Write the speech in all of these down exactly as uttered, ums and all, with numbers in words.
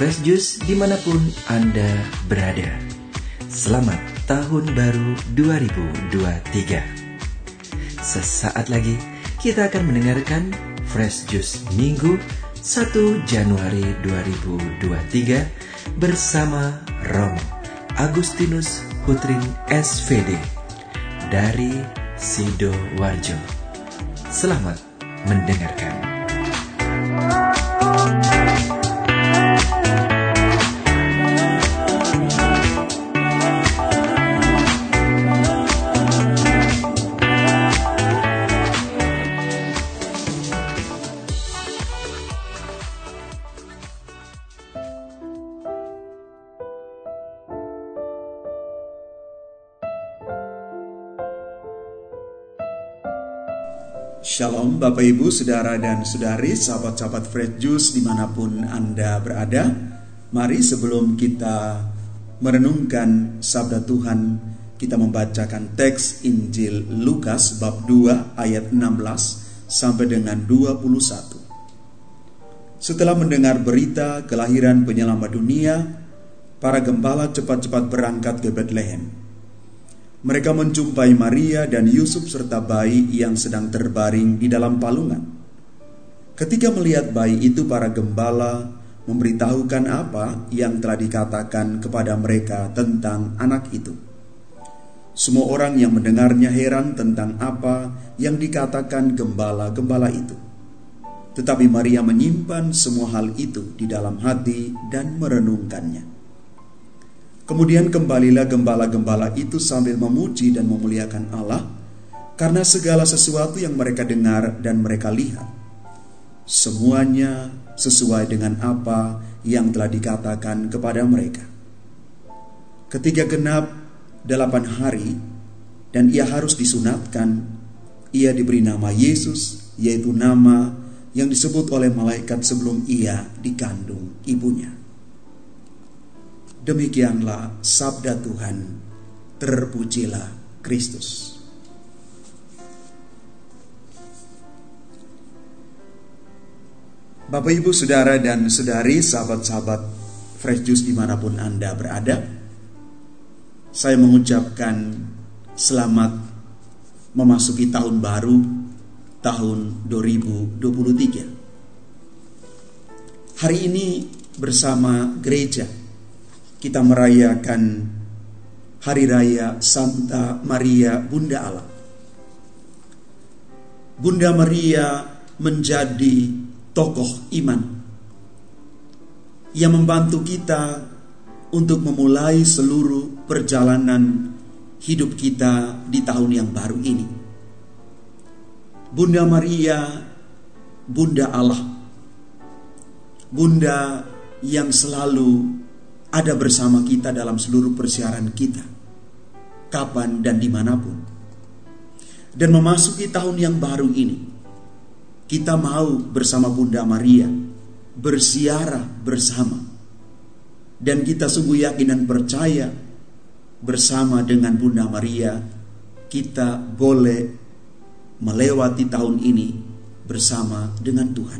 Fresh Juice dimanapun Anda berada. Selamat Tahun Baru dua ribu dua puluh tiga. Sesaat lagi kita akan mendengarkan Fresh Juice Minggu satu Januari dua ribu dua puluh tiga bersama Romo Agustinus Putring S V D dari Sidoarjo. Selamat mendengarkan. Shalom Bapak Ibu, Saudara dan Saudari, sahabat-sahabat Fresh Juice dimanapun Anda berada. Mari sebelum kita merenungkan sabda Tuhan, kita membacakan teks Injil Lukas bab dua ayat enam belas sampai dengan dua puluh satu. Setelah mendengar berita kelahiran penyelamat dunia, para gembala cepat-cepat berangkat ke Betlehem. Mereka menjumpai Maria dan Yusuf serta bayi yang sedang terbaring di dalam palungan. Ketika melihat bayi itu, para gembala memberitahukan apa yang telah dikatakan kepada mereka tentang anak itu. Semua orang yang mendengarnya heran tentang apa yang dikatakan gembala-gembala itu. Tetapi Maria menyimpan semua hal itu di dalam hati dan merenungkannya. Kemudian kembalilah gembala-gembala itu sambil memuji dan memuliakan Allah karena segala sesuatu yang mereka dengar dan mereka lihat. Semuanya sesuai dengan apa yang telah dikatakan kepada mereka. Ketika genap delapan hari dan ia harus disunatkan, ia diberi nama Yesus, yaitu nama yang disebut oleh malaikat sebelum ia dikandung ibunya. Demikianlah sabda Tuhan. Terpujilah Kristus. Bapak, Ibu, Saudara dan Saudari, sahabat-sahabat Fresh Juice dimanapun Anda berada, saya mengucapkan selamat memasuki tahun baru, tahun dua ribu dua puluh tiga. Hari ini bersama gereja kita merayakan Hari Raya Santa Maria Bunda Allah. Bunda Maria menjadi tokoh iman yang membantu kita untuk memulai seluruh perjalanan hidup kita di tahun yang baru ini. Bunda Maria, Bunda Allah, Bunda yang selalu ada bersama kita dalam seluruh persiaran kita, kapan dan dimanapun. Dan memasuki tahun yang baru ini, kita mau bersama Bunda Maria bersiarah bersama. Dan kita sungguh yakin dan percaya bersama dengan Bunda Maria, kita boleh melewati tahun ini bersama dengan Tuhan.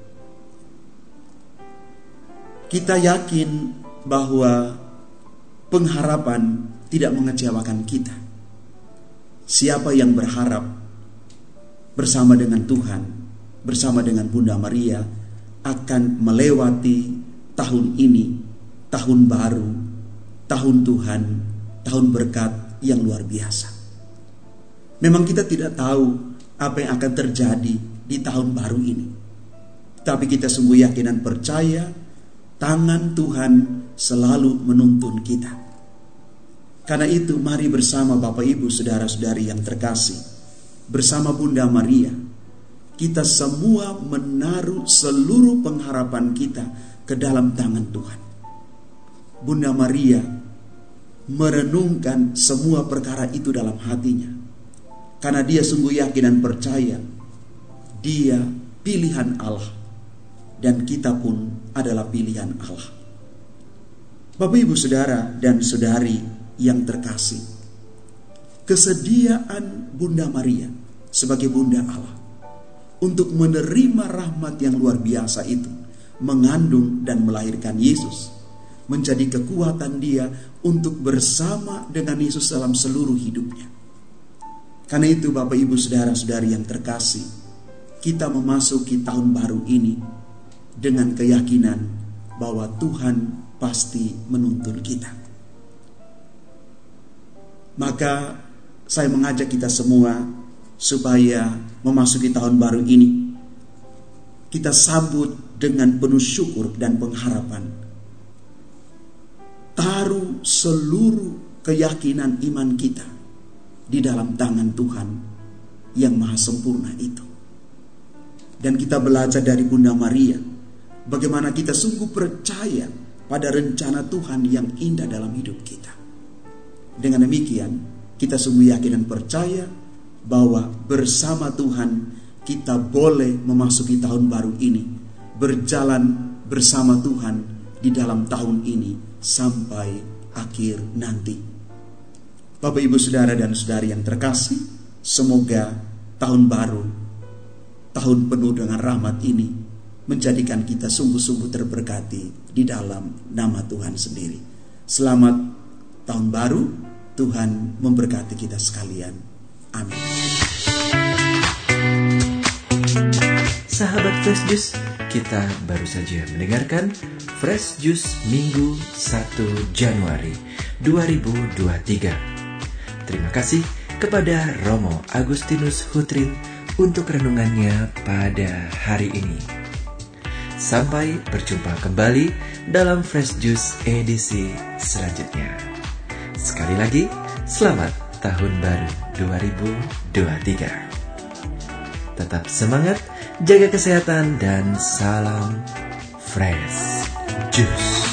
Kita yakin bahwa pengharapan tidak mengecewakan kita. Siapa yang berharap bersama dengan Tuhan, bersama dengan Bunda Maria, akan melewati tahun ini, tahun baru, tahun Tuhan, tahun berkat yang luar biasa. Memang kita tidak tahu apa yang akan terjadi di tahun baru ini, tapi kita sungguh yakin dan percaya tangan Tuhan selalu menuntun kita. Karena itu mari bersama Bapak Ibu Saudara-saudari yang terkasih, bersama Bunda Maria, kita semua menaruh seluruh pengharapan kita ke dalam tangan Tuhan. Bunda Maria merenungkan semua perkara itu dalam hatinya, karena dia sungguh yakin dan percaya dia pilihan Allah, dan kita pun adalah pilihan Allah. Bapak, Ibu, Saudara dan Saudari yang terkasih, kesediaan Bunda Maria sebagai Bunda Allah untuk menerima rahmat yang luar biasa itu mengandung dan melahirkan Yesus, menjadi kekuatan dia untuk bersama dengan Yesus dalam seluruh hidupnya. Karena itu Bapak Ibu Saudara-saudari yang terkasih, kita memasuki tahun baru ini dengan keyakinan bahwa Tuhan pasti menuntun kita. Maka saya mengajak kita semua supaya memasuki tahun baru ini kita sambut dengan penuh syukur dan pengharapan. Taruh seluruh keyakinan iman kita di dalam tangan Tuhan yang maha sempurna itu. Dan kita belajar dari Bunda Maria, bagaimana kita sungguh percaya pada rencana Tuhan yang indah dalam hidup kita. Dengan demikian, kita sungguh yakin dan percaya bahwa bersama Tuhan kita boleh memasuki tahun baru ini, berjalan bersama Tuhan di dalam tahun ini sampai akhir nanti. Bapak, Ibu, Saudara dan Saudari yang terkasih, semoga tahun baru, tahun penuh dengan rahmat ini menjadikan kita sungguh-sungguh terberkati di dalam nama Tuhan sendiri. Selamat tahun baru, Tuhan memberkati kita sekalian. Amin. Sahabat Fresh Juice, kita baru saja mendengarkan Fresh Juice Minggu satu Januari dua ribu dua puluh tiga. Terima kasih kepada Romo Agustinus Hutrin untuk renungannya pada hari ini. Sampai berjumpa kembali dalam Fresh Juice edisi selanjutnya. Sekali lagi, selamat Tahun Baru dua ribu dua puluh tiga. Tetap semangat, jaga kesehatan, dan salam Fresh Juice.